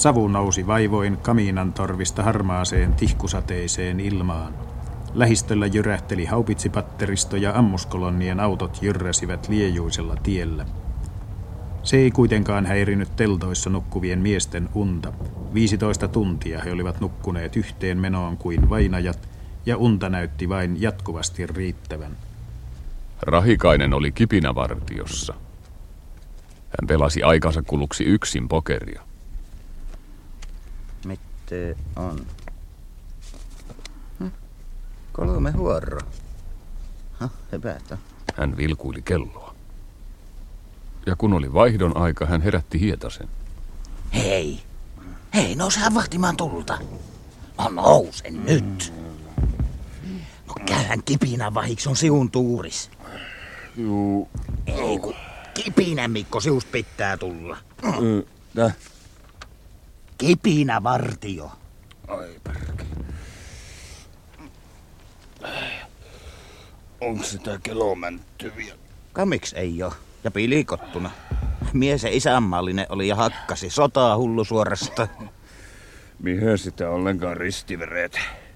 Savu nousi vaivoin kamiinan torvista harmaaseen tihkusateiseen ilmaan. Lähistöllä jyrähteli haupitsipatteristo ja ammuskolonnien autot jyrräsivät liejuisella tiellä. Se ei kuitenkaan häirinyt teltoissa nukkuvien miesten unta. 15 tuntia he olivat nukkuneet yhteen menoon kuin vainajat, ja unta näytti vain jatkuvasti riittävän. Rahikainen oli kipinävartiossa. Hän pelasi aikansa kuluksi yksin pokeria. Mitte on? 3 vuoroa. Hypätä. Hän vilkuili kelloa. Ja kun oli vaihdon aika, hän herätti Hietasen. Hei, nousää vahtimaan tulta. No nousen nyt. No käyhän kipinä vahiksi on siun tuuris. Juu. Ei kun kipinä Mikko sius pitää tulla. Tää? Kipinä vartio. Ai perkele. Onko sitä kelomäntyviä? Kamiks ei oo? Ja pilikottuna. Mies ja isänmaallinen oli ja hakkasi. Sotaa hullu suorasta. Mihin sitä ollenkaan ristivereet?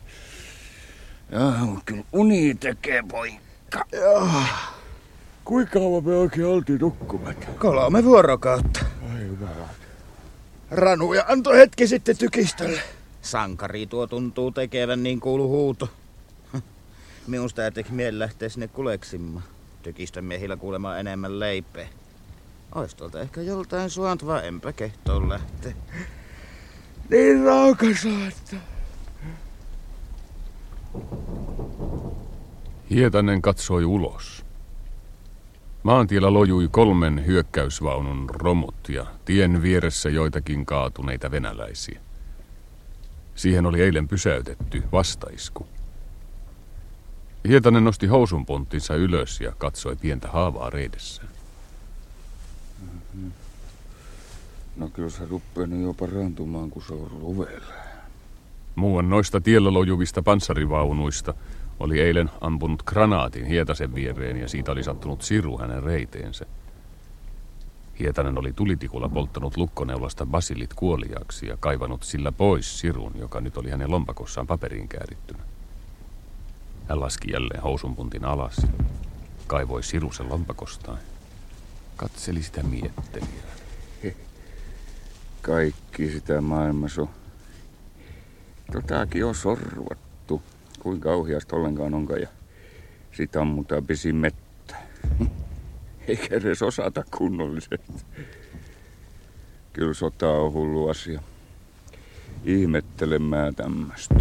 Joo, kyllä uni tekee, poikka. Joo. Kuinka kauan me oikein oltiin nukkumat? 3 vuorokautta. Ai hyvä. Ranuja antoi hetki sitten tykistölle. Sankari tuo tuntuu tekevän, niin kuulu huuto. Minusta ei teki mieli lähteä sinne kuleksimaan. Tykistön miehillä kuulemaan enemmän leipeä. Ois tuolta ehkä joltain suant, vaan enpä kehtoon lähteä. Niin rauka saattaa. Hietanen katsoi ulos. Maantiellä lojui 3 hyökkäysvaunun romut ja tien vieressä joitakin kaatuneita venäläisiä. Siihen oli eilen pysäytetty vastaisku. Hietanen nosti housunpunttinsa ylös ja katsoi pientä haavaa reidessään. No kyllä se ruppee jo parantumaan, kun se on ruvella. Muuan noista tiellä lojuvista panssarivaunuista oli eilen ampunut granaatin Hietasen viereen ja siitä oli sattunut siru hänen reiteensä. Hietanen oli tulitikulla polttanut lukkoneulasta basilit kuoliaksi ja kaivanut sillä pois sirun, joka nyt oli hänen lompakossaan paperiin käärittynä. Hän laski jälleen housunpuntin alas ja kaivoi sirusen lompakostaan. Katseli sitä miettelijää. Kaikki sitä maailmassa on. Totakin on sorvattu. Kuinka kauheasti ollenkaan onkaan ja sit ammutaan pisin mettä. Eikä edes osata kunnollisesti. Kyllä sota on hullu asia. Ihmettelemään tämmöstä.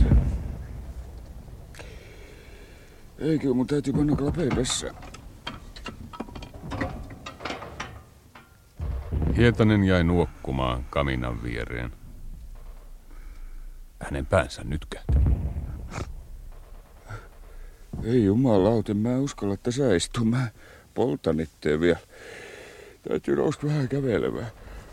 Eikö mun täytyy panna klapeen vessaan? Hietanen jäi nuokkumaan kaminan viereen. Hänen päänsä nytkähti. Ei jumalauta, mä en uskalla tässä istua. Mä poltan itteen vielä. Täytyy nousta vähän kävelemään.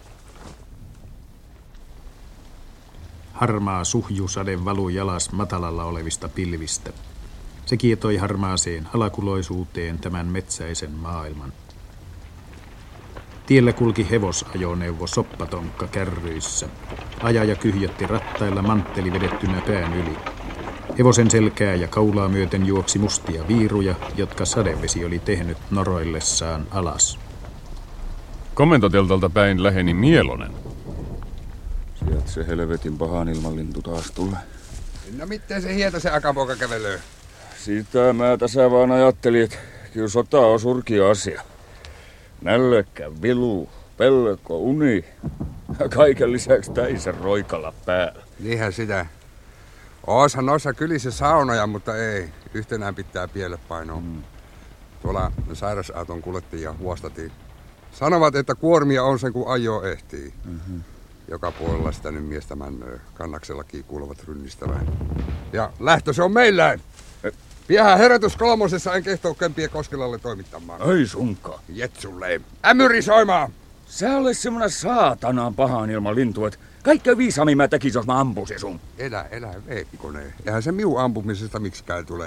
Harmaa suhjusade valui jalas matalalla olevista pilvistä. Se kietoi harmaaseen alakuloisuuteen tämän metsäisen maailman. Tiellä kulki hevosajoneuvo soppatonkka kärryissä. Ajaja kyhjötti rattailla mantteli vedettynä pään yli. Hevosen selkää ja kaulaa myöten juoksi mustia viiruja, jotka sadevesi oli tehnyt noroillessaan alas. Komentoteltalta päin läheni Mielonen. Sieltä se helvetin pahan ilmanlintu taas tulee. No miten se Hietasen akapoika kävelee? Sitä mä tässä vaan ajattelin, että kyllä sota on surkia asia. Nälkä, vilu, pelko, uni ja kaiken lisäksi täisen roikalla päällä. Niinhän sitä. Ooshan noissa kylissä saunoja, mutta ei. Yhtenään pitää pielle painoa. Tuolla sairasauton kuljettajia huostatiin. Sanovat, että kuormia on sen, kun ajoo ehtii. Joka puolella sitä nyt miestä männöö. Kannaksellakin kuuluvat rynnistävän. Ja lähtö se on meillään. Piähän herätys 3, en kehtoo Kempien Koskelalle toimittamaan. Ei sunkaan. Jetsulle. Ämyri soimaan! Sä olet semmonen saatanaan pahan ilman lintu, että kaikkein viisaammin mä tekisin, jos mä ampuisin sun. Elä, veekkone. Eihän se miu ampumisesta miksikään tule.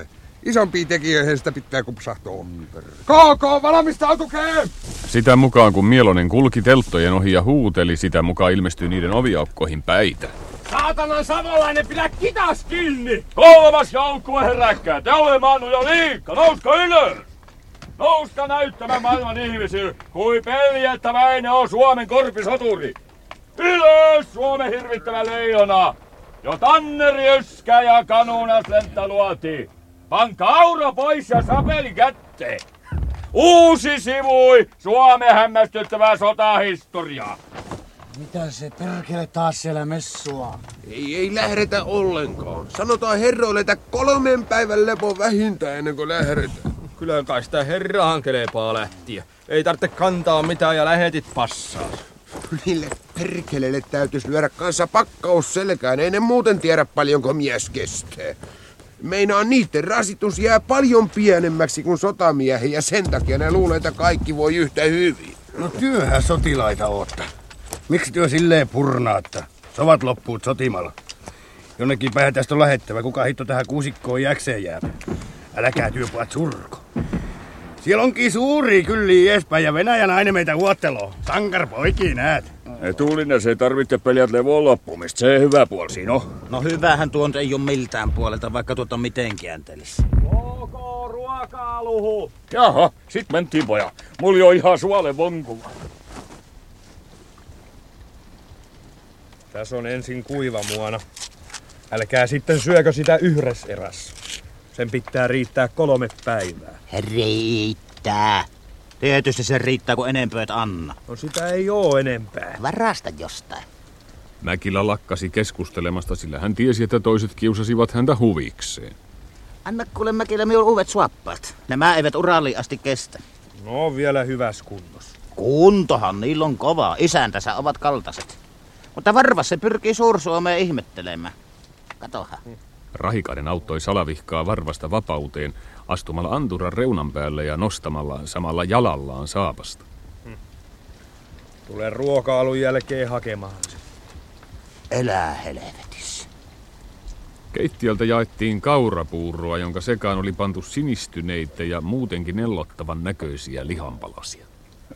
Isompia tekijöihin sitä pitää kupsahtua. KK, valmistautukee! Sitä mukaan kun Mielonen kulki telttojen ohi ja huuteli, sitä mukaan ilmestyi niiden oviaukkoihin päitä. Saatanan savolainen, pidä kitas kiinni! 3. joukkue heräkkää, te olemme maannut jo liikka, nouska ylös! Nouska näyttämään maailman ihmisille, kui peljettäväinen on Suomen korpisoturi! Ylös, Suomen hirvittävä leijona! Jo tanneri yskää ja kanunas lenttä luotiin. Panka aura pois ja sapeli kätteen! Uusi sivui Suomen hämmästyttävää sotahistoriaa! Mitä se perkele taas siellä messua? Ei lähdetä ollenkaan. Sanotaan herroille, että 3 päivän lepo vähintään ennen kuin lähdetään. Kyllä kai sitä herrahan kelepaa lähtiä. Ei tarvitse kantaa mitään ja lähetit passaa. Niille perkeleille täytyisi lyödä kanssa pakkaus selkään, ei ne muuten tiedä paljonko mies kestää. Meinaa niiden rasitus jää paljon pienemmäksi kuin sotamiehen ja sen takia ne luulee, että kaikki voi yhtä hyvin. No työhän sotilaita ootta. Miksi työ silleen purnaatta? Sovat loppuut sotimalla. Jonnekin päin tästä on lähettävä. Kuka hitto tähän kuusikkoon jäkseen jää? Äläkää työpojat surko. Siellä onkin suuri kylli edespäin ja Venäjän nainen meitä huotteloo. Sankar poikii näet. Etullinen se ei tarvitse peliät levoon loppumista. Se hyvä puoli siinä on. No hyvähän tuon ei ole miltään puolelta, vaikka tuota miten kääntelisi. Koko ruokailuhu! Jaha, sit mentiin poja. Mulla on ihan suole vonkuva. Tässä on ensin kuiva muona. Älkää sitten syökö sitä yhdessä erässä. Sen pitää riittää 3 päivää. Riittää. Tietysti se riittää, kun enempää et anna. No sitä ei oo enempää. Varasta jostain. Mäkilä lakkasi keskustelemasta, sillä hän tiesi, että toiset kiusasivat häntä huvikseen. Anna kuule Mäkilä minun uudet suoppaat. Nämä eivät Uraliin asti kestä. No vielä hyvässä kunnossa. Kuntohan niillä on kova. Isäntänsä ovat kaltaiset. Mutta varvas se pyrkii Suur-Suomeen ihmettelemään. Katohan. Rahikainen auttoi Salavihkaa Varvasta vapauteen astumalla anturan reunan päälle ja nostamalla samalla jalallaan saapasta. Tulee ruokailun jälkeen hakemaan se. Elää helvetissä. Keittiöltä jaettiin kaurapuuroa, jonka sekaan oli pantu sinistyneitä ja muutenkin nellottavan näköisiä lihanpalasia.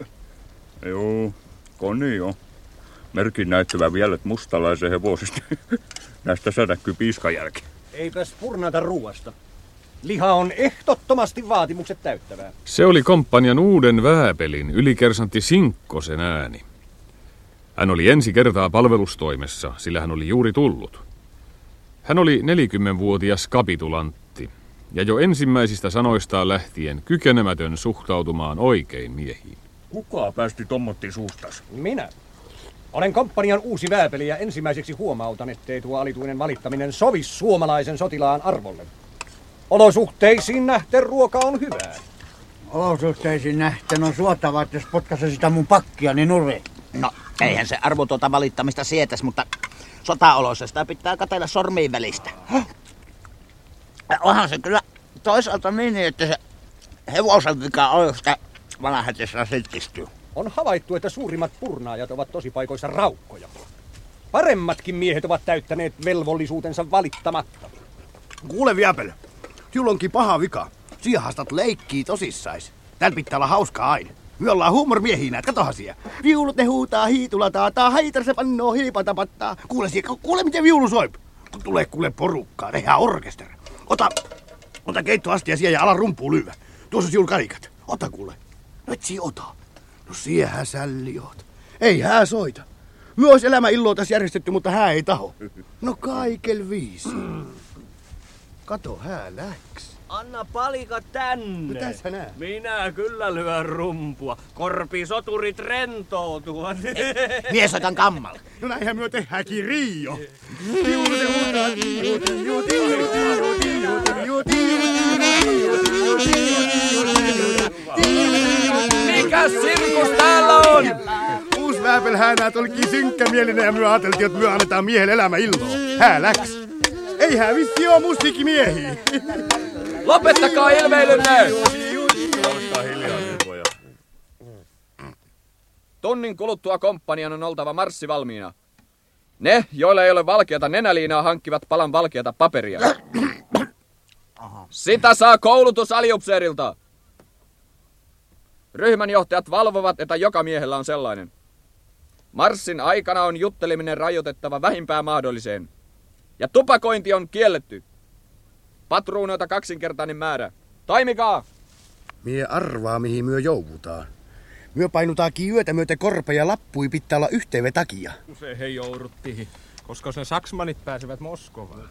Joo, koni on. Merkin näyttävä vielä, että mustalaisen hevosista. Näistä se näkyy piiskan jälkeen. Eipäs purnata ruuasta. Liha on ehdottomasti vaatimukset täyttävää. Se oli komppanian uuden vääpelin ylikersantti Sinkkosen ääni. Hän oli ensi kertaa palvelustoimessa, sillä hän oli juuri tullut. Hän oli 40-vuotias kapitulantti ja jo ensimmäisistä sanoistaan lähtien kykenemätön suhtautumaan oikein miehiin. Kuka päästi tommottiin suustas? Minä. Olen komppanian uusi vääpeli ja ensimmäiseksi huomautan, ettei tuo alituinen valittaminen sovi suomalaisen sotilaan arvolle. Olosuhteisiin nähten ruoka on hyvää. Olosuhteisiin nähten on suotavaa, että jos potkaise sitä mun pakkia, niin nuri. No, eihän se arvo tuota valittamista sietäisi, mutta sotaoloissa sitä pitää katsella sormiin välistä. Onhan se kyllä toisaalta niin, että se hevosen vika on, jos sitä vanhatessa sitkistyy. On havaittu, että suurimmat purnaajat ovat tosipaikoissa raukkoja. Paremmatkin miehet ovat täyttäneet velvollisuutensa valittamatta. Kuule Viapel, sinulla onkin paha vika. Siahastat leikkii tosissais. Tän pitää olla hauskaa aina. Me ollaan huumormiehiä näet, katohan siellä. Viulut ne huutaa, hiitula taataa, haitar se pannoo, hiipata pattaa. Kuule miten viulu soi. Kun tulee kuule porukkaa, tehdään orkesteri. Ota keittoastia siellä ja ala rumpuun lyövä. Tuossa on sinulla karikat. Ota kuule. No et sii ota. No siehä sälli oot. Ei hää soita. Me ois elämä illoa tässä järjestetty, mutta hää ei taho. No kaikel viisi. Kato, hää läks. Anna palikat tänne. No tässä nää. Minä kyllä lyön rumpua. Korpisoturit rentoutuvat. Mies otan kammalla. No näinhän myö tehdäänkin Rio. Mikäs sirkus täällä on? Uusi vääpelhäänät olikin synkkämielinen ja myö ajateltiin, että myö annetaan miehelle elämä illoa. Hää läks. Ei hää vissi oo musiikkimiehiä. Lopettakaa ilmeilynne! Olkaa hiljaa, poja. Tunnin kuluttua komppanian on oltava marssi valmiina. Ne, joilla ei ole valkeata nenäliinaa, hankkivat palan valkeata paperia. Aha. Sitä saa koulutus aliupseerilta. Ryhmänjohtajat valvovat, että joka miehellä on sellainen. Marssin aikana on jutteleminen rajoitettava vähimpään mahdolliseen. Ja tupakointi on kielletty. Patruunoita 2-kertainen määrä. Toimikaa! Mie arvaa, mihin myö joudutaan. Myö painutaakin yötä myöten korpeja lappui pitää olla yhteyden takia. Se he jouduttiin, koska ne saksmanit pääsevät Moskovaan.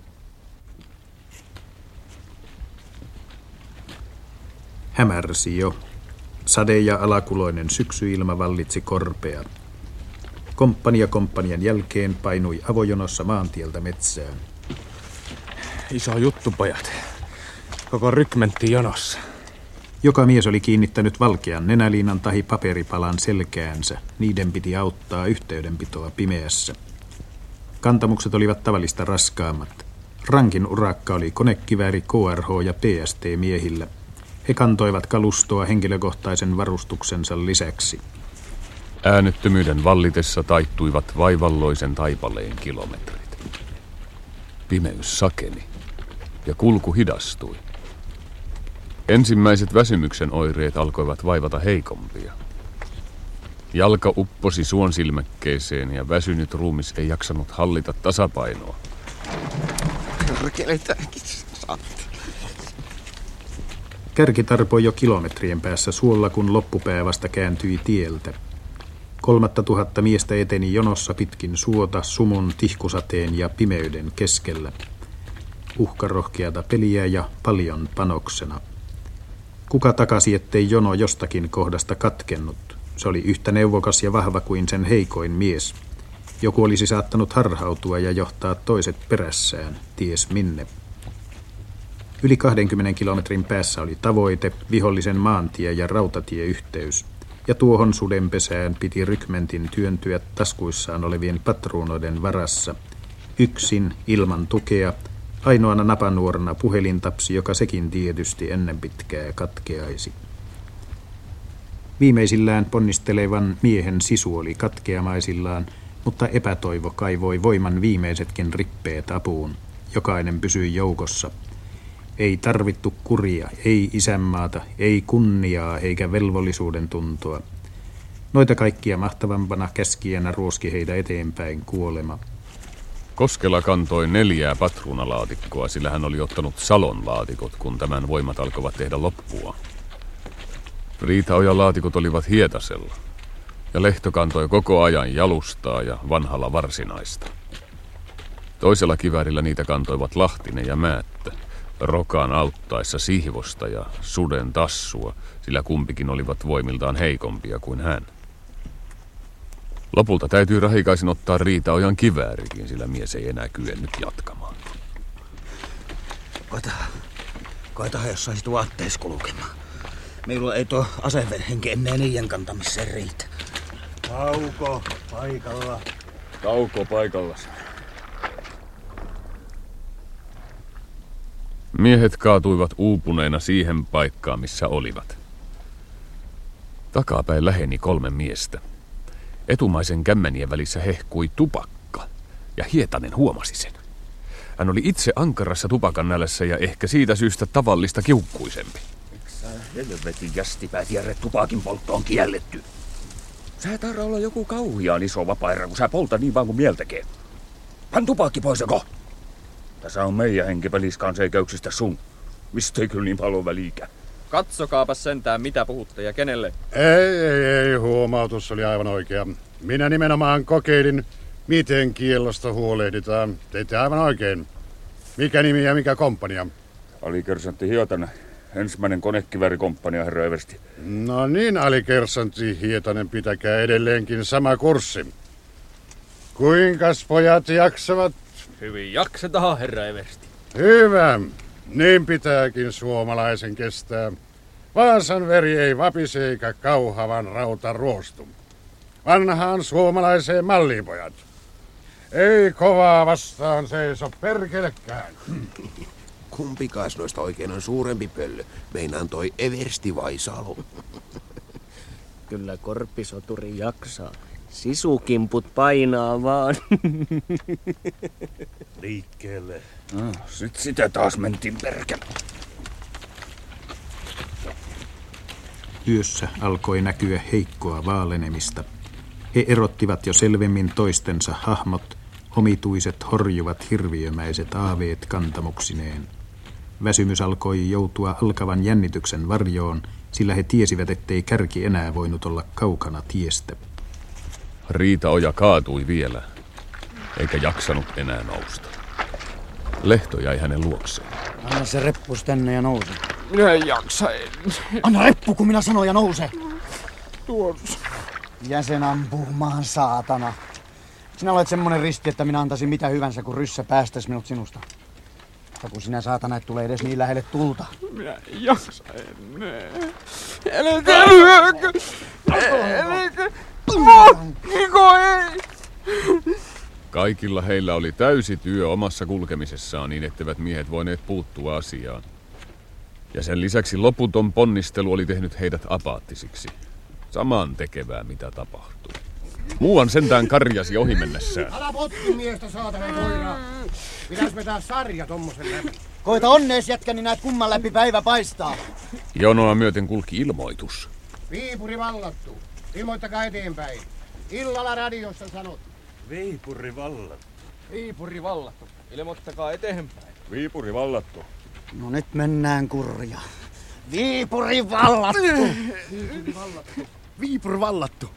Hämärsi jo. Sade ja alakuloinen syksyilma vallitsi korpea. Komppanian jälkeen painui avojonossa maantieltä metsään. Iso juttu, pojat. Koko rykmentti jonossa. Joka mies oli kiinnittänyt valkean nenäliinan tahi paperipalan selkäänsä. Niiden piti auttaa yhteydenpitoa pimeässä. Kantamukset olivat tavallista raskaammat. Rankin urakka oli konekivääri, KRH ja PST miehillä. He kantoivat kalustoa henkilökohtaisen varustuksensa lisäksi. Äänettömyyden vallitessa taittuivat vaivalloisen taipaleen kilometrit. Pimeys sakeni ja kulku hidastui. Ensimmäiset väsymyksen oireet alkoivat vaivata heikompia. Jalka upposi suonsilmäkkeeseen ja väsynyt ruumis ei jaksanut hallita tasapainoa. Kärki tarpoi jo kilometrien päässä suolla, kun loppupää vasta kääntyi tieltä. 3000 miestä eteni jonossa pitkin suota, sumun, tihkusateen ja pimeyden keskellä. Uhkarohkeata peliä ja paljon panoksena. Kuka takasi, ettei jono jostakin kohdasta katkennut? Se oli yhtä neuvokas ja vahva kuin sen heikoin mies. Joku olisi saattanut harhautua ja johtaa toiset perässään, ties minne. Yli 20 kilometrin päässä oli tavoite, vihollisen maantie- ja rautatieyhteys. Ja tuohon sudenpesään piti rykmentin työntyä taskuissaan olevien patruunoiden varassa. Yksin, ilman tukea, ainoana napanuorana puhelintapsi, joka sekin tietysti ennen pitkää katkeaisi. Viimeisillään ponnistelevan miehen sisu oli katkeamaisillaan, mutta epätoivo kaivoi voiman viimeisetkin rippeet apuun. Jokainen pysyi joukossa. Ei tarvittu kuria, ei isänmaata, ei kunniaa eikä velvollisuuden tuntoa. Noita kaikkia mahtavampana käskijänä ruoski heitä eteenpäin kuolema. Koskela kantoi 4 patruunalaatikkoa, sillä hän oli ottanut Salon laatikot, kun tämän voimat alkoivat tehdä loppua. Riitaojan laatikot olivat Hietasella, ja Lehto kantoi koko ajan jalustaa ja vanhalla varsinaista. Toisella kiväärillä niitä kantoivat Lahtinen ja Määttä, Rokan auttaessa Sihvosta ja Suden Tassua, sillä kumpikin olivat voimiltaan heikompia kuin hän. Lopulta täytyy Rahikaisin ottaa Riitaojan kiväärikin, sillä mies ei enää kyennyt jatkamaan. Koitahan, jos saisit vaatteis kulkemaan. Minulla ei tuo aseverhenki enää niiden kantamiseen riitä. Tauko paikalla. Tauko paikallas. Miehet kaatuivat uupuneina siihen paikkaan, missä olivat. Takapäin läheni 3 miestä. Etumaisen kämmenien välissä hehkui tupakka, ja Hietanen huomasi sen. Hän oli itse ankarassa tupakan nälässä ja ehkä siitä syystä tavallista kiukkuisempi. Sä helvetin jästipää tiedä, tupakin poltto on kielletty. Sä et tarvitse olla joku kauhiaan iso vapaira, kun sä poltat niin vaan kuin miel tekee. Pan tupakki pois joko? Tässä on meidän henki peliskaan seiköyksistä sun. Mistä ei kyllä niin paljon väliikään. Katsokaapas sentään, mitä puhutte ja kenelle. Ei, huomautus oli aivan oikea. Minä nimenomaan kokeilin, miten kiellosta huolehditaan. Teitte aivan oikein. Mikä nimi ja mikä komppania? Alikersantti Hietanen, ensimmäinen konekiväärikomppania, herra eversti. No niin, alikersantti Hietanen, pitäkää edelleenkin sama kurssi. Kuinkas pojat jaksavat? Hyvin jaksetaan, herra eversti. Hyvä. Niin pitääkin suomalaisen kestää. Vaasan veri ei vapise eikä Kauhavan rauta ruostu. Vanhaan suomalaiseen malliin, pojat. Ei kovaa vastaan seiso perkelekään. Kumpikaas noista oikein on suurempi pöllö? Meinaan toi eversti vai Salo? Kyllä korppisoturi jaksaa. Sisukimput painaa vaan. Liikkeelle. No, sit sitä taas mentiin perkele. Yössä alkoi näkyä heikkoa vaalenemista. He erottivat jo selvemmin toistensa hahmot, omituiset horjuvat hirviömäiset aaveet kantamuksineen. Väsymys alkoi joutua alkavan jännityksen varjoon, sillä he tiesivät, ettei kärki enää voinut olla kaukana tiestä. Riitaoja kaatui vielä, eikä jaksanut enää nousta. Lehto jäi hänen luokseen. Anna se reppus tänne ja nouse. Minä en jaksa. Anna reppu, kun minä sanon ja nouse. Tuossa. Jäsen ampumaan, saatana. Sinä olet semmonen risti, että minä antaisin mitä hyvänsä, kun ryssä päästäis minut sinusta. Mutta kun sinä, saatana, et tule edes niin lähelle tulta. Minä en jaksa enää. Älä lyökö! Älä mokkiko ei! Kaikilla heillä oli täysi työ omassa kulkemisessaan niin, etteivät miehet voineet puuttua asiaan. Ja sen lisäksi loputon ponnistelu oli tehnyt heidät apaattisiksi. Saman tekevää, mitä tapahtui. Muuan sentään karjasi ohi mennessään. Älä potki miestä, saatana koiraa. Pitäis vetää sarja tommosen läpi. Koita onnees, jätkä, niin näet kumman läpi päivä paistaa. Jonoa myöten kulki ilmoitus. Viipuri vallattu. Ilmoittakaa eteenpäin. Illalla radiosta sanot. Viipuri vallattu. Viipuri vallattu. Ilmoittakaa eteenpäin. Viipuri vallattu. No nyt mennään kurja. Viipuri vallattu. Viipuri vallattu. Viipuri vallattu.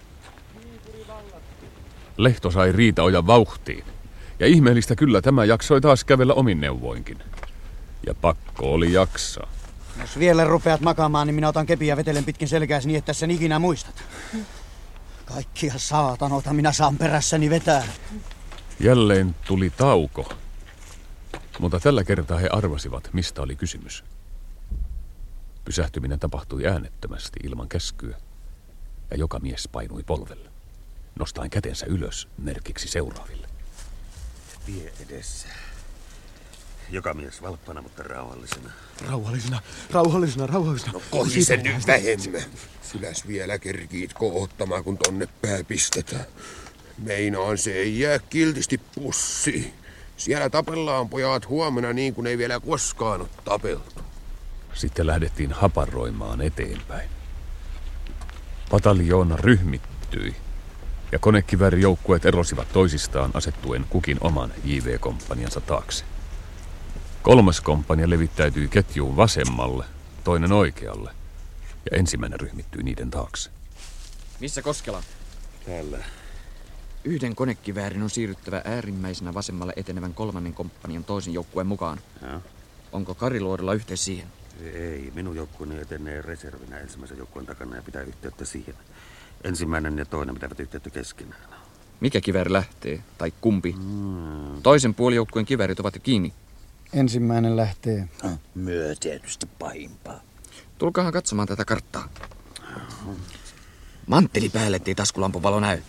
Lehto sai Riitaojan vauhtiin. Ja ihmeellistä kyllä tämä jaksoi taas kävellä omin neuvoinkin. Ja pakko oli jaksaa. Jos vielä rupeat makaamaan, niin minä otan kepin ja vetelen pitkin selkääsi niin, että sen ikinä muistat. Kaikkia saatanoita minä saan perässäni vetää. Jälleen tuli tauko. Mutta tällä kertaa he arvasivat, mistä oli kysymys. Pysähtyminen tapahtui äänettömästi ilman käskyä. Ja joka mies painui polvelle, nostaen kätensä ylös merkiksi seuraaville. Vie edessä. Joka mies valppana, mutta rauhallisena. Rauhallisena. No kohisen nyt vähemmän. Syläs vielä kerkiit koottamaan, kun tonne pää pistetään. Meinaan se ei jää kiltisti pussiin. Siellä tapellaan pojat huomenna niin kuin ei vielä koskaan ole tapeltu. Sitten lähdettiin haparoimaan eteenpäin. Pataljoona ryhmittyi ja konekiväärijoukkueet erosivat toisistaan asettuen kukin oman JV-komppaniansa taakse. 3. komppania levittäytyi ketjuun vasemmalle, toinen oikealle ja ensimmäinen ryhmittyi niiden taakse. Missä Koskela? Täällä. Yhden konekiväärin on siirryttävä äärimmäisenä vasemmalle etenevän 3. komppanian toisen joukkueen mukaan. Ja. Onko Kariluodolla yhteys siihen? Ei, minun joukkueeni etenee reservinä ensimmäisen joukkueen takana ja pitää yhteyttä siihen. Ensimmäinen ja toinen pitävät yhteyttä keskenään. Mikä kivääri lähtee? Tai kumpi? Toisen puolijoukkueen kiväärit ovat jo kiinni. Ensimmäinen lähtee. Myö tietysti pahimpaa. Tulkaahan katsomaan tätä karttaa. Mantteli päälle, ettei taskulampun valo näy.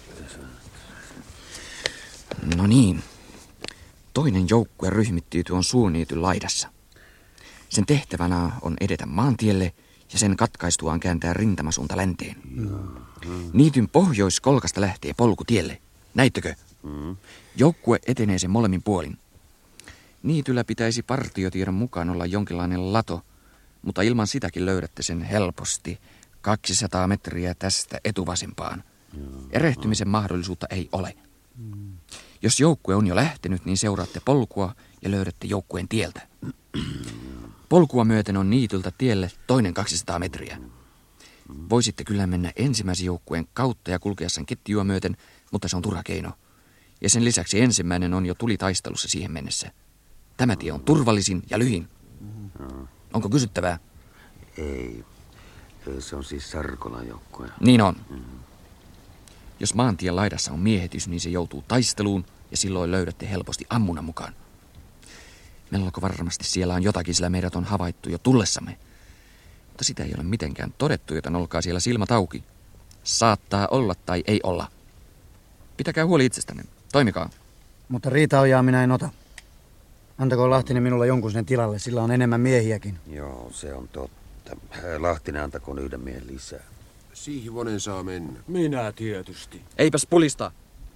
No niin. Toinen joukkue ryhmittyy tuon suoniityn laidassa. Sen tehtävänä on edetä maantielle ja sen katkaistuaan kääntää rintamasuunta länteen. Niityn pohjoiskolkasta lähtee polku tielle. Näittekö? Joukkue etenee sen molemmin puolin. Niityllä pitäisi partiotiedon mukaan olla jonkinlainen lato, mutta ilman sitäkin löydätte sen helposti 200 metriä tästä etuvasempaan. Erehtymisen mahdollisuutta ei ole. Jos joukkue on jo lähtenyt, niin seuraatte polkua ja löydätte joukkueen tieltä. Polkua myöten on niityltä tielle toinen 200 metriä. Voisitte kyllä mennä ensimmäisen joukkueen kautta ja kulkea sen ketjua myöten, mutta se on turha keino. Ja sen lisäksi ensimmäinen on jo tulitaistelussa siihen mennessä. Tämä tie on turvallisin ja lyhin. Onko kysyttävää? Ei. Se on siis Sarkolan joukkue. Niin on. Jos maantien laidassa on miehitys, niin se joutuu taisteluun ja silloin löydätte helposti ammunnan mukaan. Melko varmasti siellä on jotakin, sillä meidät on havaittu jo tullessamme. Mutta sitä ei ole mitenkään todettu, joten olkaa siellä silmät auki. Saattaa olla tai ei olla. Pitäkää huoli itsestänne. Toimikaa. Mutta Riitaojaa minä en ota. Antakoon Lahtinen minulla jonkun sinne tilalle, sillä on enemmän miehiäkin. Joo, se on totta. Lahtinen antakoon yhden miehen lisää. Sihvonen saa mennä. Minä tietysti. Eipäs pulista.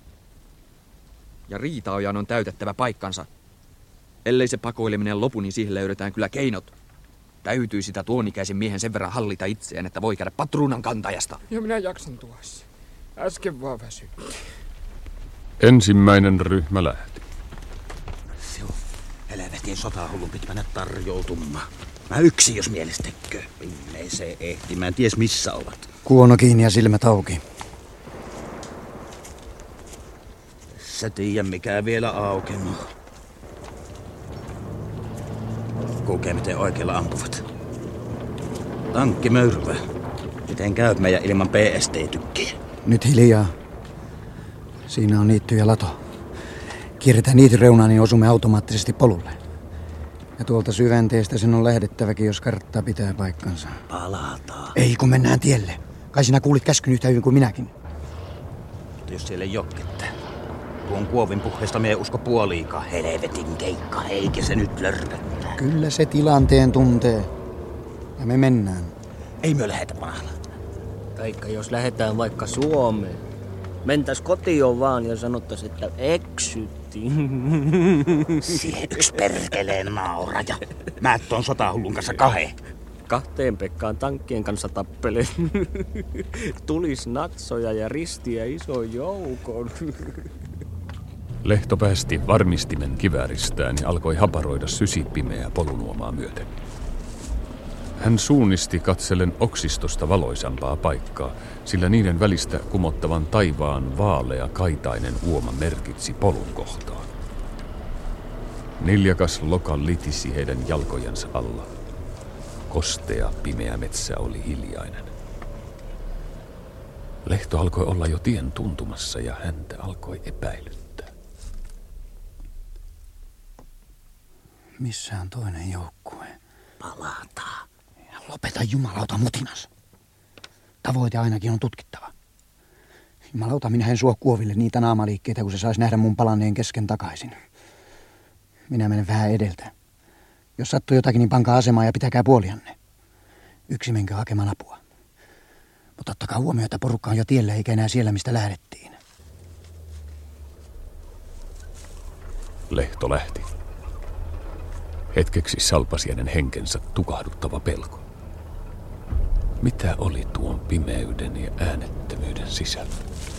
Ja Riitaojan on täytettävä paikkansa. Ellei se pakoileminen lopu, niin siihen löydetään kyllä keinot. Täytyy sitä tuonikäisen miehen sen verran hallita itseään, että voi käydä patruunan kantajasta. Ja minä jaksan tuossa. Äsken vaan väsytti. Ensimmäinen ryhmä lähti. Se on helvetin sotahullu piti mennä tarjoutumaan. Mä yksin, jos mielestä tekee. Pimeeseen ehti. Mä en ties missä ovat. Kuono kiinni ja silmät auki. Sä tiedä mikä vielä aukenut. Kuukee miten oikealla ampuvat. Tankki möyryvä. Miten käy meidän ilman PST-tykkiä? Nyt hiljaa. Siinä on niitty ja lato. Kierretään niityn reunaan, niin osumme automaattisesti polulle. Ja tuolta syvänteestä sen on lähdettäväkin, jos kartta pitää paikkansa. Palataan. Ei, kun mennään tielle. Kai sinä kuulit käskyn yhtä hyvin kuin minäkin. Mutta jos siellä ei joketta. Tuon kuovin puheesta me ei usko puoliikaan. Helvetin keikka, eikä se nyt lörpöttää. Kyllä se tilanteen tuntee. Ja me mennään. Ei me lähetä maalla. Taikka jos lähdetään vaikka Suomeen. Mentäis kotiin vaan ja sanottais, että eksyttiin. Siihen yksi perkeleen nauraja. Mä tuon sotahullun kanssa 2. 2 Pekkaan tankkien kanssa tappelee. Tulis natsoja ja ristiä ison joukon. Lehto päästi varmistimen kivääristään ja alkoi haparoida sysipimeää polunuomaa myöten. Hän suunnisti katsellen oksistosta valoisampaa paikkaa, sillä niiden välistä kumottavan taivaan vaalea kaitainen uoma merkitsi polun kohtaan. Niljakas loka litisi heidän jalkojensa alla. Kostea pimeä metsä oli hiljainen. Lehto alkoi olla jo tien tuntumassa ja häntä alkoi epäilyttää. Missä on toinen joukkue? Palataan. Lopeta jumalauta mutinas. Tavoite ainakin on tutkittava. Jumalauta, minä en suo kuoville niitä naamaliikkeitä, kun se saisi nähdä mun palanneen kesken takaisin. Minä menen vähän edeltä. Jos sattuu jotakin, niin pankaa asemaan ja pitäkää puolianne. Yksi menkää hakemaan apua. Mutta ottakaa huomioon, että porukka on jo tiellä eikä enää siellä, mistä lähdettiin. Lehto lähti. Hetkeksi salpasi hänen henkensä tukahduttava pelko. Mitä oli tuon pimeyden ja äänettömyyden sisällä?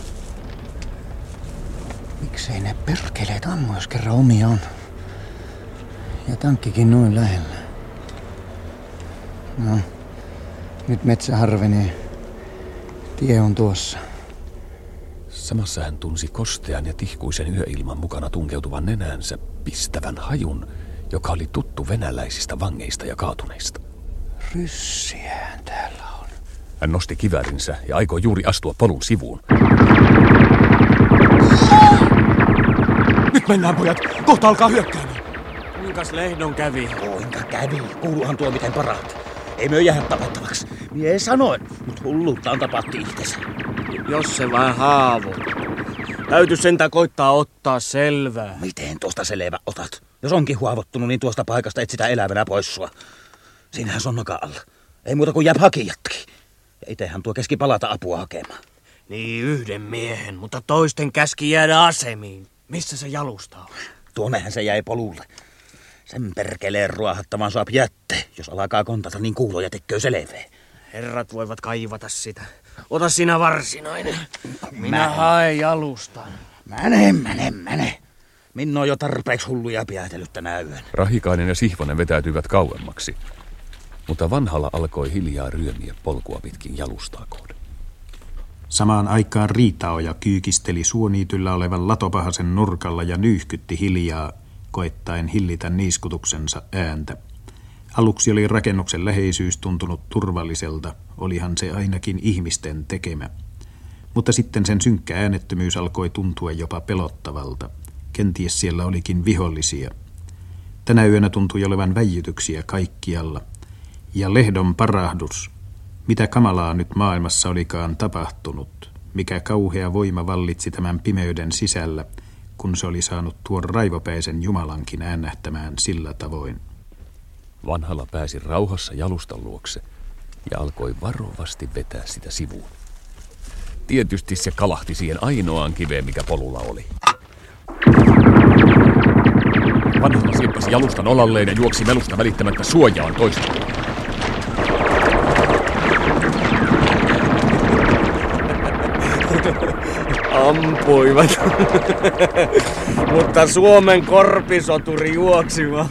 Miksei ne perkeleet ammu, jos kerran omia on? Ja tankkikin noin lähellä. No, nyt metsä harvenee. Tie on tuossa. Samassa hän tunsi kostean ja tihkuisen yöilman mukana tunkeutuvan nenänsä pistävän hajun, joka oli tuttu venäläisistä vangeista ja kaatuneista. Ryssiähän täällä on. Hän nosti kiväärinsä ja aikoi juuri astua polun sivuun. Nyt mennään, pojat. Kohta alkaa hyökkäämään. Kuinkas Lehdon kävi? Kuinka kävi? Kuuluhan tuo miten paraat. Ei me jäädä tapettavaksi. Mie sanoin, mut hulluuttaan tapatti itsensä. Jos se vain haavo. Täytyy sentään koittaa ottaa selvää. Miten tuosta selvä otat? Jos onkin huavottunut, niin tuosta paikasta et sitä elävänä pois sua. Siinähän se on noka alla. Ei muuta kuin jää hakijatkin. Ja itehän tuo keski palata apua hakemaan. Niin yhden miehen, mutta toisten käski jäädä asemiin. Missä se jalusta on? Tuonnehän se jäi polulle. Sen perkeleen ruohattamaan saap jätte. Jos alkaa kontata, niin kuuloja tekee selveä. Herrat voivat kaivata sitä. Ota sinä varsinainen. Minä haen jalustan. Mene. Minä on jo tarpeeksi hulluja päätellyt tänä yönä. Rahikainen ja Sihvonen vetäytyivät kauemmaksi, mutta vanhalla alkoi hiljaa ryömiä polkua pitkin jalustaa kohden. Samaan aikaan Riitaoja kyykisteli suoniityllä olevan latopahasen nurkalla ja nyyhkytti hiljaa, koettaen hillitä niiskutuksensa ääntä. Aluksi oli rakennuksen läheisyys tuntunut turvalliselta, olihan se ainakin ihmisten tekemä. Mutta sitten sen synkkä äänettömyys alkoi tuntua jopa pelottavalta. Kenties siellä olikin vihollisia. Tänä yönä tuntui olevan väijytyksiä kaikkialla. Ja Lehdon parahdus. Mitä kamalaa nyt maailmassa olikaan tapahtunut? Mikä kauhea voima vallitsi tämän pimeyden sisällä, kun se oli saanut tuon raivopäisen Jumalankin äänähtämään sillä tavoin? Vanhalla pääsi rauhassa jalustan luokse ja alkoi varovasti vetää sitä sivuun. Tietysti se kalahti siihen ainoaan kiveen, mikä polulla oli. Vanhalla sieppasi jalustan olalleen ja juoksi melusta välittämättä suojaan toista. Ampuivat, mutta Suomen korpisoturi juoksi vaan.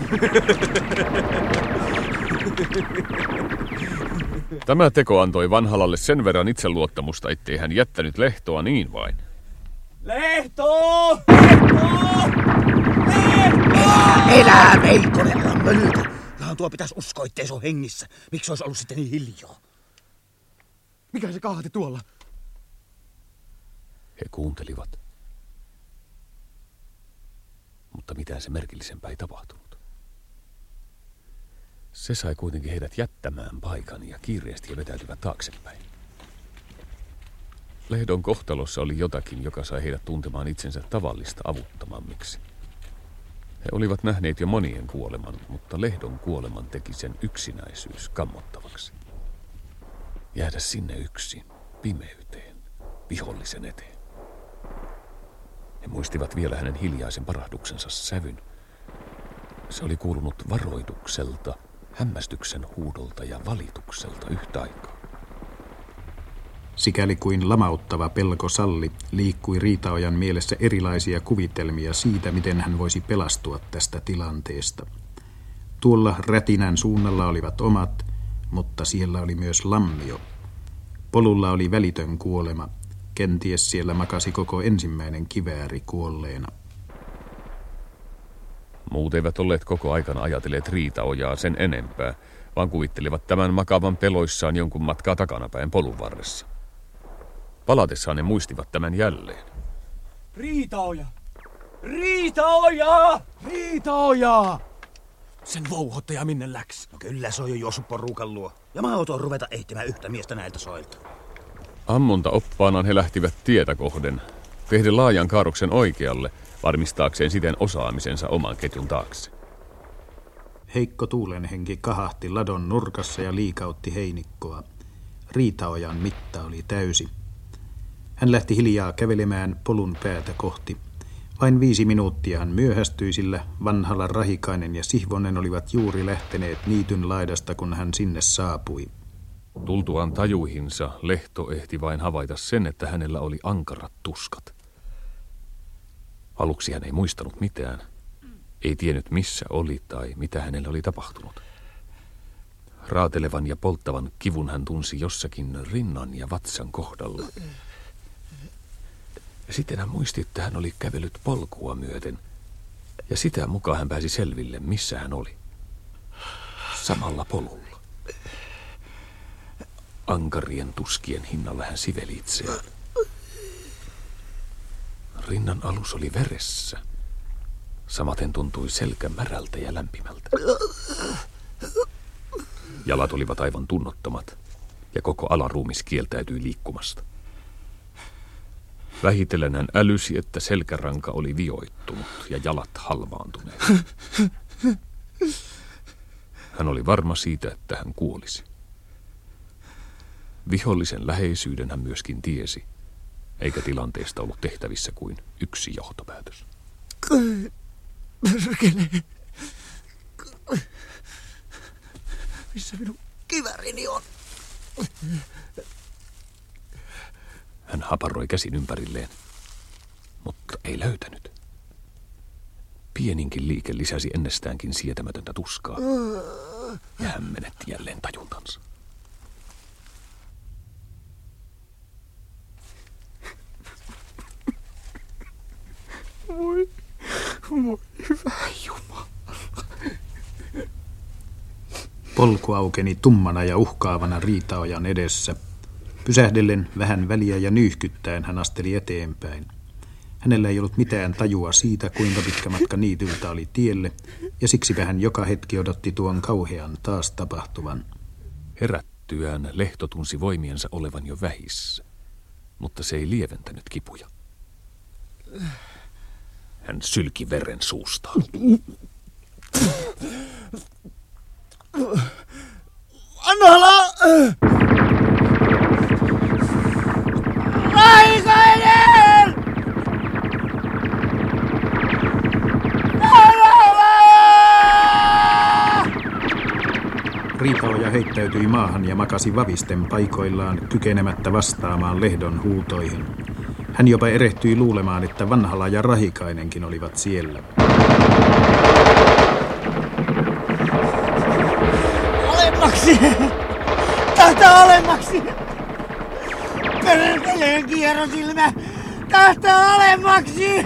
Tämä teko antoi Vanhalalle sen verran itseluottamusta, ettei hän jättänyt Lehtoa niin vain. Lehto! Lehto! Lehto! Elää, veikone, älä mölytä. Jahan tuo pitäisi uskoa, ettei se ole hengissä. Miksi olisi ollut sitten niin hiljaa? Mikä se kahati tuolla? He kuuntelivat. Mutta mitään se merkillisempää ei tapahtunut. Se sai kuitenkin heidät jättämään paikan ja kiireesti he vetäytyvät taaksepäin. Lehdon kohtalossa oli jotakin, joka sai heidät tuntemaan itsensä tavallista avuttomammiksi. He olivat nähneet jo monien kuoleman, mutta Lehdon kuoleman teki sen yksinäisyys kammottavaksi. Jäädä sinne yksin, pimeyteen, vihollisen eteen. He muistivat vielä hänen hiljaisen parahduksensa sävyn. Se oli kuulunut varoitukselta, hämmästyksen huudolta ja valitukselta yhtä aikaa. Sikäli kuin lamauttava pelko salli, liikkui Riitaojan mielessä erilaisia kuvitelmia siitä, miten hän voisi pelastua tästä tilanteesta. Tuolla rätinän suunnalla olivat omat, mutta siellä oli myös lammio. Polulla oli välitön kuolema. Kenties siellä makasi koko ensimmäinen kivääri kuolleena. Muut eivät olleet koko aikana ajatelleet Riitaojaa sen enempää, vaan kuvittelivat tämän makavan peloissaan jonkun matkaa takanapäin polun varressa. Palatessaan ne muistivat tämän jälleen. Riitaoja! Riitaoja! Riitaoja! Sen vouhottaja minne läks? No kyllä se on jo juossut porukan luo. Ja mahdoton ruveta ehtimään yhtä miestä näiltä soilta. Ammunta oppaanaan he lähtivät tietä kohden, tehden laajan kaaroksen oikealle, varmistaakseen siten osaamisensa oman ketjun taakse. Heikko tuulenhenki kahahti ladon nurkassa ja liikautti heinikkoa. Riitaojan mitta oli täysi. Hän lähti hiljaa kävelemään polun päätä kohti. Vain 5 minuuttia hän myöhästyi, sillä Vanhala, Rahikainen ja Sihvonen olivat juuri lähteneet niityn laidasta, kun hän sinne saapui. Tultuaan tajuihinsa Lehto ehti vain havaita sen, että hänellä oli ankarat tuskat. Aluksi hän ei muistanut mitään. Ei tiennyt missä oli tai mitä hänelle oli tapahtunut. Raatelevan ja polttavan kivun hän tunsi jossakin rinnan ja vatsan kohdalla. Sitten hän muisti, että hän oli kävellyt polkua myöten, ja sitä mukaan hän pääsi selville, missä hän oli. Samalla polulla. Ankarien tuskien hinnalla hän siveli itseään. Rinnan alus oli veressä. Samaten tuntui selkä märältä ja lämpimältä. Jalat olivat aivan tunnottomat, ja koko alaruumis kieltäytyi liikkumasta. Vähitellen hän älysi, että selkäranka oli vioittunut ja jalat halvaantuneet. Hän oli varma siitä, että hän kuolisi. Vihollisen läheisyyden hän myöskin tiesi, eikä tilanteesta ollut tehtävissä kuin yksi johtopäätös. Perkele. Missä minun kivärini on? Hän haparoi käsin ympärilleen, mutta ei löytänyt. Pieninkin liike lisäsi ennestäänkin sietämätöntä tuskaa, ja hän menetti jälleen tajuntansa. Voi hyvä Jumala. Polku aukeni tummana ja uhkaavana Riitaojan edessä. Pysähdellen vähän väliä ja nyyhkyttäen hän asteli eteenpäin. Hänellä ei ollut mitään tajua siitä, kuinka pitkä matka niityltä oli tielle, ja siksipä hän joka hetki odotti tuon kauhean taas tapahtuvan. Herättyään Lehto tunsi voimiensa olevan jo vähissä, mutta se ei lieventänyt kipuja. Hän sylki veren suustaan. Vanhala! Raikainen! Riitaoja heittäytyi maahan ja makasi vavisten paikoillaan, kykenemättä vastaamaan Lehdon huutoihin. Hän jopa erehtyi luulemaan, että Vanhala ja Rahikainenkin olivat siellä. Alemmaksi! Tähtää alemmaksi! Perkeleen kierrosilmä! Tähtää alemmaksi!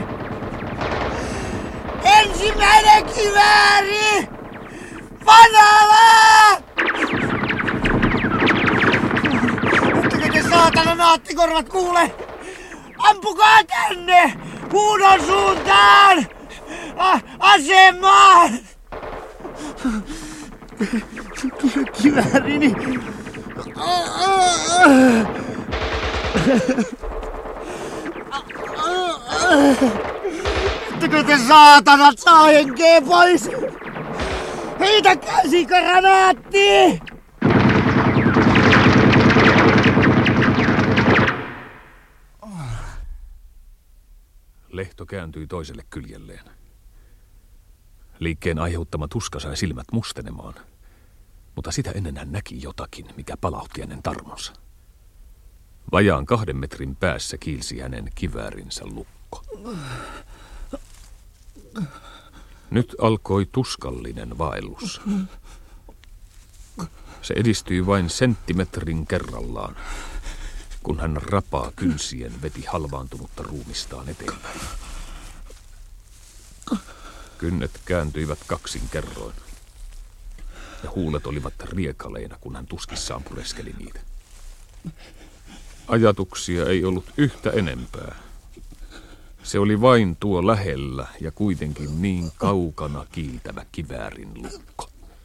Ensimmäinen kivääri! Vanhala! Ettekö te saatana naattikorvat kuule? Ampukaa tänne! Huudon suuntaan! Asemaan! Kiväärini! Ettekö te saatanat saa henkeä pois? Heitä käsikranaatti! Lehto kääntyi toiselle kyljelleen. Liikkeen aiheuttama tuska sai silmät mustenemaan, mutta sitä ennen hän näki jotakin, mikä palautti hänen tarmonsa. Vajaan 2 metrin päässä kiilsi hänen kiväärinsä lukko. Nyt alkoi tuskallinen vaellus. Se edistyi vain senttimetrin kerrallaan, kun hän rapaa kynsien veti halvaantunutta ruumistaan eteenpäin. Kynnet kääntyivät 2 kerroin, ja huulet olivat riekaleina, kun hän tuskissaan pureskeli niitä. Ajatuksia ei ollut yhtä enempää. Se oli vain tuo lähellä ja kuitenkin niin kaukana kiiltävä kiväärin lukko.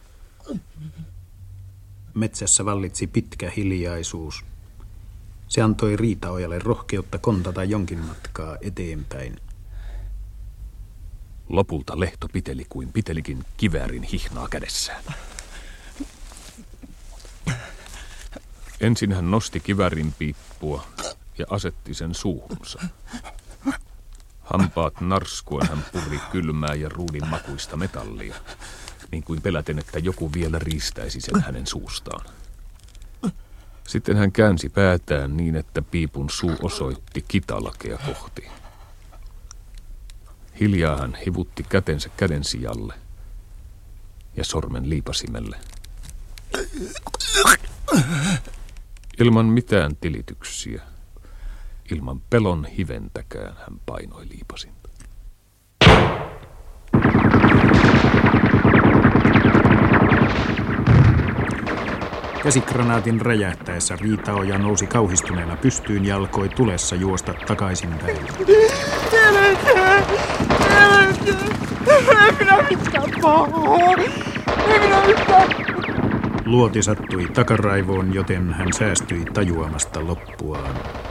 Metsässä vallitsi pitkä hiljaisuus. Se antoi Riitaojalle rohkeutta kontata jonkin matkaa eteenpäin. Lopulta Lehto piteli kuin pitelikin kiväärin hihnaa kädessään. Ensin hän nosti kiväärin piippua ja asetti sen suuhunsa. Hampaat narskuen hän purri kylmää ja ruudin makuista metallia, niin kuin peläten, että joku vielä riistäisi sen hänen suustaan. Sitten hän käänsi päätään niin, että piipun suu osoitti Kitalakea kohti. Hiljaa hän hivutti kätensä käden sijalle ja sormen liipasimelle. Ilman mitään tilityksiä, ilman pelon hiventäkään hän painoi liipasinta. Käsikranaatin räjähtäessä Riitaoja nousi kauhistuneena pystyyn ja alkoi tulessa juosta takaisinpäin. Luoti sattui takaraivoon, joten hän säästyi tajuamasta loppuaan.